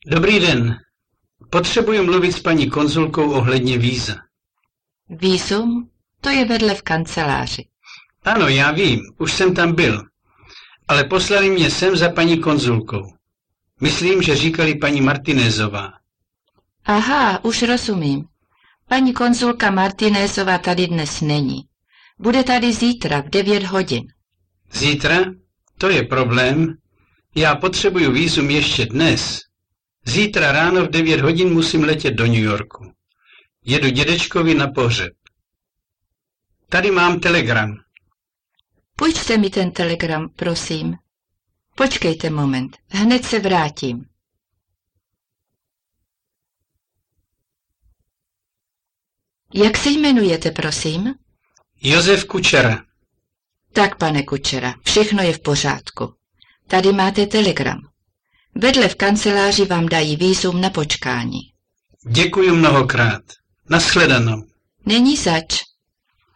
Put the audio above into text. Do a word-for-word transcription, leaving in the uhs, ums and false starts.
Dobrý den. Potřebuji mluvit s paní konzulkou ohledně víza. Vízum? To je vedle v kanceláři. Ano, já vím, už jsem tam byl. Ale poslali mě sem za paní konzulkou. Myslím, že říkali paní Martinézová. Aha, už rozumím. Paní konzulka Martinézová tady dnes není. Bude tady zítra v devět hodin. Zítra? To je problém. Já potřebuju vízum ještě dnes. Zítra ráno v devět hodin musím letět do New Yorku. Jedu dědečkovi na pohřeb. Tady mám telegram. Půjčte mi ten telegram, prosím. Počkejte moment, hned se vrátím. Jak se jmenujete, prosím? Josef Kučera. Tak, pane Kučera, všechno je v pořádku. Tady máte telegram. Vedle v kanceláři vám dají vízum na počkání. Děkuji mnohokrát. Nashledanou. Není zač.